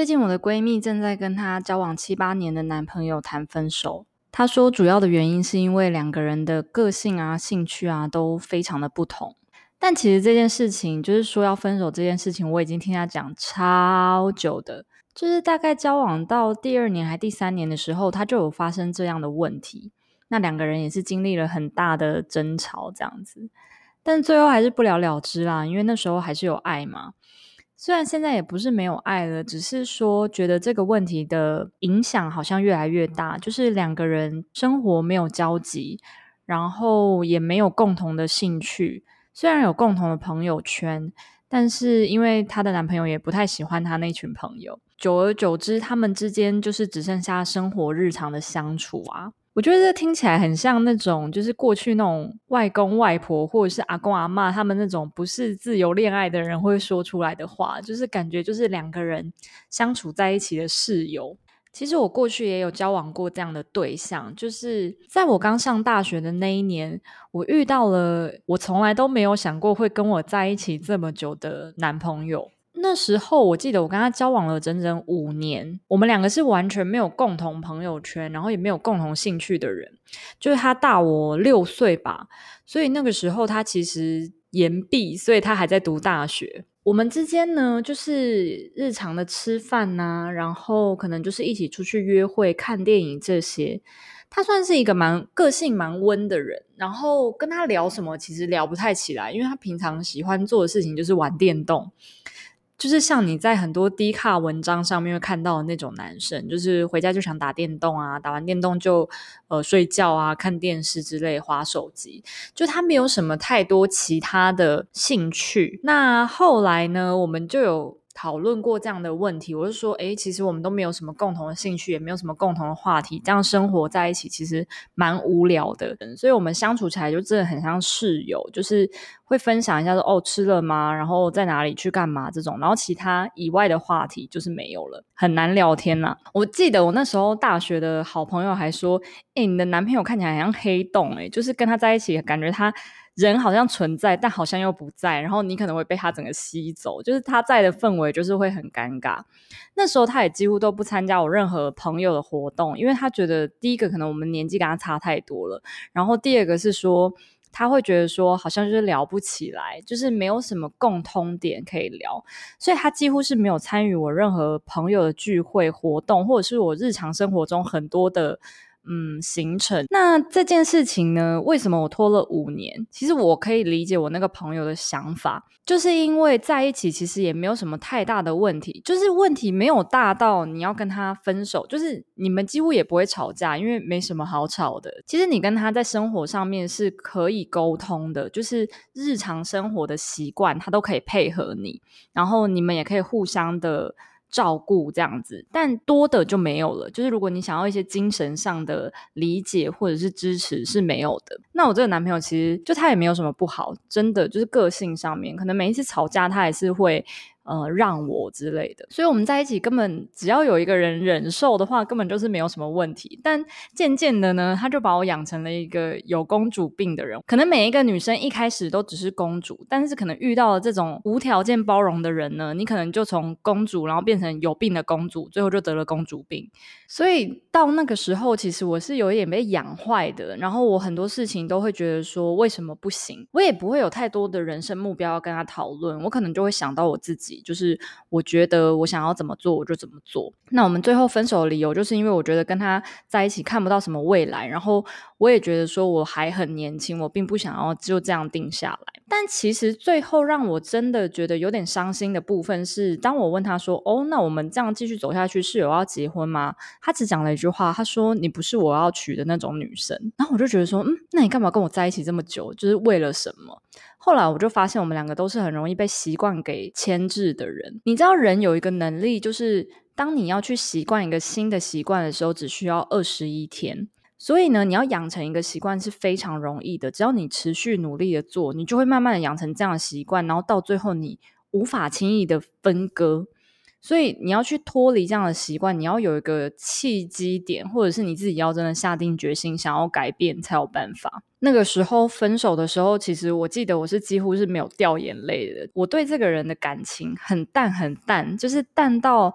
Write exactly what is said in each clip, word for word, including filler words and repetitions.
近我的闺蜜正在跟她交往七八年的男朋友谈分手。她说主要的原因是因为两个人的个性啊、兴趣啊都非常的不同。但其实这件事情，就是说要分手这件事情，我已经听她讲超久的。就是大概交往到第二年还第三年的时候，她就有发生这样的问题。那两个人也是经历了很大的争吵这样子。但最后还是不了了之啦，因为那时候还是有爱嘛。虽然现在也不是没有爱了，只是说觉得这个问题的影响好像越来越大，就是两个人生活没有交集，然后也没有共同的兴趣，虽然有共同的朋友圈，但是因为她的男朋友也不太喜欢她那群朋友，久而久之他们之间就是只剩下生活日常的相处啊。我觉得这听起来很像那种就是过去那种外公外婆或者是阿公阿嬷他们那种不是自由恋爱的人会说出来的话，就是感觉就是两个人相处在一起的室友。其实我过去也有交往过这样的对象，就是在我刚上大学的那一年，我遇到了我从来都没有想过会跟我在一起这么久的男朋友。那时候我记得我跟他交往了整整五年，我们两个是完全没有共同朋友圈，然后也没有共同兴趣的人，就是他大我六岁吧，所以那个时候他其实延毕，所以他还在读大学。我们之间呢，就是日常的吃饭啊，然后可能就是一起出去约会、看电影这些。他算是一个蛮个性蛮温的人，然后跟他聊什么其实聊不太起来，因为他平常喜欢做的事情就是玩电动。就是像你在很多低卡文章上面会看到的那种男生，就是回家就想打电动啊，打完电动就呃睡觉啊，看电视之类，滑手机，就他没有什么太多其他的兴趣。那后来呢，我们就有讨论过这样的问题，我就说诶，其实我们都没有什么共同的兴趣，也没有什么共同的话题，这样生活在一起其实蛮无聊的，所以我们相处起来就真的很像室友，就是会分享一下说哦吃了吗，然后在哪里去干嘛这种，然后其他以外的话题就是没有了，很难聊天啦。我记得我那时候大学的好朋友还说诶，你的男朋友看起来很像黑洞，诶，就是跟他在一起感觉他人好像存在，但好像又不在，然后你可能会被他整个吸走，就是他在的氛围就是会很尴尬。那时候他也几乎都不参加我任何朋友的活动，因为他觉得第一个可能我们年纪跟他差太多了，然后第二个是说他会觉得说好像就是聊不起来，就是没有什么共通点可以聊，所以他几乎是没有参与我任何朋友的聚会活动，或者是我日常生活中很多的嗯，行程。那这件事情呢，为什么我拖了五年？其实我可以理解我那个朋友的想法，就是因为在一起其实也没有什么太大的问题，就是问题没有大到你要跟他分手，就是你们几乎也不会吵架，因为没什么好吵的。其实你跟他在生活上面是可以沟通的，就是日常生活的习惯他都可以配合你，然后你们也可以互相的照顾这样子，但多的就没有了，就是如果你想要一些精神上的理解或者是支持是没有的。那我这个男朋友其实就他也没有什么不好，真的就是个性上面可能每一次吵架他还是会呃让我之类的，所以我们在一起根本只要有一个人忍受的话根本就是没有什么问题。但渐渐的呢，他就把我养成了一个有公主病的人，可能每一个女生一开始都只是公主，但是可能遇到了这种无条件包容的人呢，你可能就从公主然后变成有病的公主，最后就得了公主病。所以到那个时候其实我是有一点被养坏的，然后我很多事情都会觉得说为什么不行，我也不会有太多的人生目标要跟他讨论，我可能就会想到我自己，就是我觉得我想要怎么做我就怎么做。那我们最后分手的理由就是因为我觉得跟他在一起看不到什么未来，然后我也觉得说我还很年轻，我并不想要就这样定下来。但其实最后让我真的觉得有点伤心的部分是，当我问他说哦，那我们这样继续走下去是有要结婚吗？他只讲了一句话，他说你不是我要娶的那种女生。然后我就觉得说嗯，那你干嘛跟我在一起这么久，就是为了什么？后来我就发现我们两个都是很容易被习惯给牵制的人。你知道人有一个能力，就是当你要去习惯一个新的习惯的时候只需要二十一天，所以呢你要养成一个习惯是非常容易的，只要你持续努力的做，你就会慢慢的养成这样的习惯，然后到最后你无法轻易的分割。所以你要去脱离这样的习惯，你要有一个契机点，或者是你自己要真的下定决心想要改变才有办法。那个时候分手的时候，其实我记得我是几乎是没有掉眼泪的，我对这个人的感情很淡很淡，就是淡到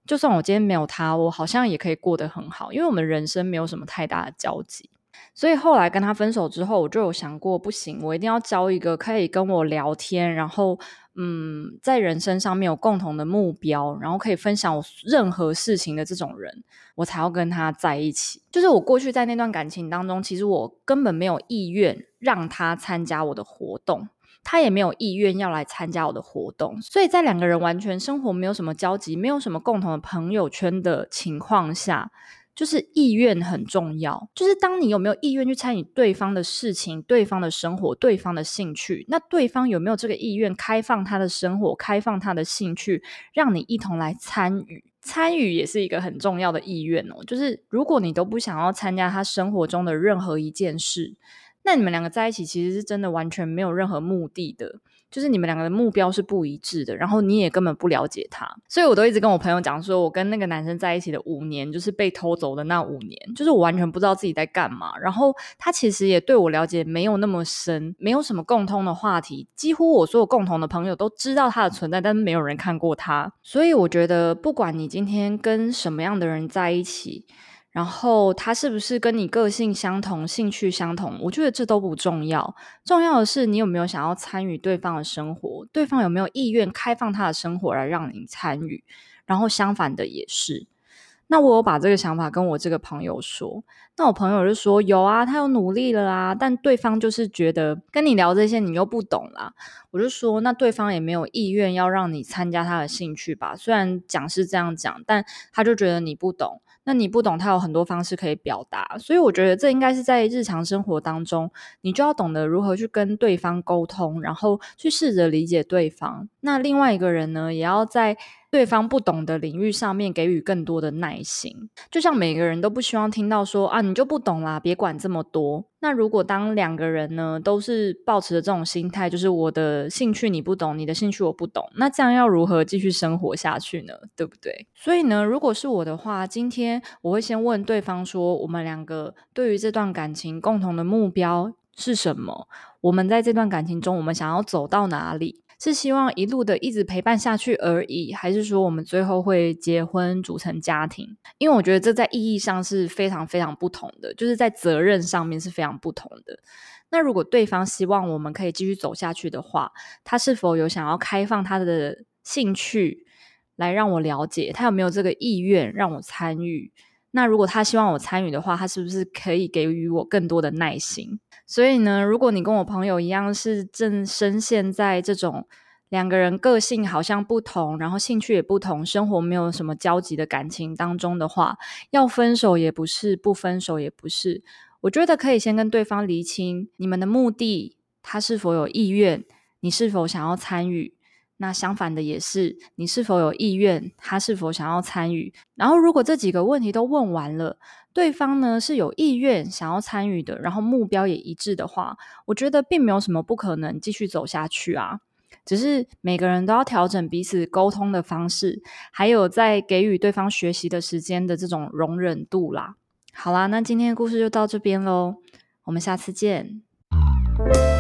就算我今天没有他，我好像也可以过得很好，因为我们人生没有什么太大的交集。所以后来跟他分手之后，我就有想过，不行，我一定要交一个可以跟我聊天，然后嗯，在人生上面有共同的目标，然后可以分享我任何事情的这种人，我才要跟他在一起。就是我过去在那段感情当中，其实我根本没有意愿让他参加我的活动，他也没有意愿要来参加我的活动，所以在两个人完全生活没有什么交集，没有什么共同的朋友圈的情况下，就是意愿很重要。就是当你有没有意愿去参与对方的事情，对方的生活，对方的兴趣，那对方有没有这个意愿开放他的生活，开放他的兴趣，让你一同来参与。参与也是一个很重要的意愿哦，就是如果你都不想要参加他生活中的任何一件事，那你们两个在一起其实是真的完全没有任何目的的，就是你们两个的目标是不一致的，然后你也根本不了解他。所以我都一直跟我朋友讲说，我跟那个男生在一起的五年就是被偷走的那五年，就是我完全不知道自己在干嘛，然后他其实也对我了解没有那么深，没有什么共通的话题，几乎我所有共同的朋友都知道他的存在，但是没有人看过他。所以我觉得不管你今天跟什么样的人在一起，然后他是不是跟你个性相同，兴趣相同，我觉得这都不重要，重要的是你有没有想要参与对方的生活，对方有没有意愿开放他的生活来让你参与，然后相反的也是。那我有把这个想法跟我这个朋友说，那我朋友就说有啊，他有努力了啊，但对方就是觉得跟你聊这些你又不懂啦。我就说那对方也没有意愿要让你参加他的兴趣吧，虽然讲是这样讲，但他就觉得你不懂，那你不懂他有很多方式可以表达，所以我觉得这应该是在日常生活当中你就要懂得如何去跟对方沟通，然后去试着理解对方。那另外一个人呢，也要在对方不懂的领域上面给予更多的耐心。就像每个人都不希望听到说啊，你就不懂啦，别管这么多。那如果当两个人呢都是抱持着这种心态，就是我的兴趣你不懂，你的兴趣我不懂，那这样要如何继续生活下去呢？对不对？所以呢，如果是我的话，今天我会先问对方说，我们两个对于这段感情共同的目标是什么？我们在这段感情中，我们想要走到哪里？是希望一路的一直陪伴下去而已，还是说我们最后会结婚组成家庭？因为我觉得这在意义上是非常非常不同的，就是在责任上面是非常不同的。那如果对方希望我们可以继续走下去的话，他是否有想要开放他的兴趣来让我了解，他有没有这个意愿让我参与？那如果他希望我参与的话，他是不是可以给予我更多的耐心？所以呢，如果你跟我朋友一样是正深陷在这种两个人个性好像不同，然后兴趣也不同，生活没有什么交集的感情当中的话，要分手也不是，不分手也不是，我觉得可以先跟对方厘清你们的目的，他是否有意愿，你是否想要参与，那相反的也是，你是否有意愿，他是否想要参与。然后如果这几个问题都问完了，对方呢是有意愿想要参与的，然后目标也一致的话，我觉得并没有什么不可能继续走下去啊。只是每个人都要调整彼此沟通的方式，还有在给予对方学习的时间的这种容忍度啦。好啦，那今天的故事就到这边咯，我们下次见。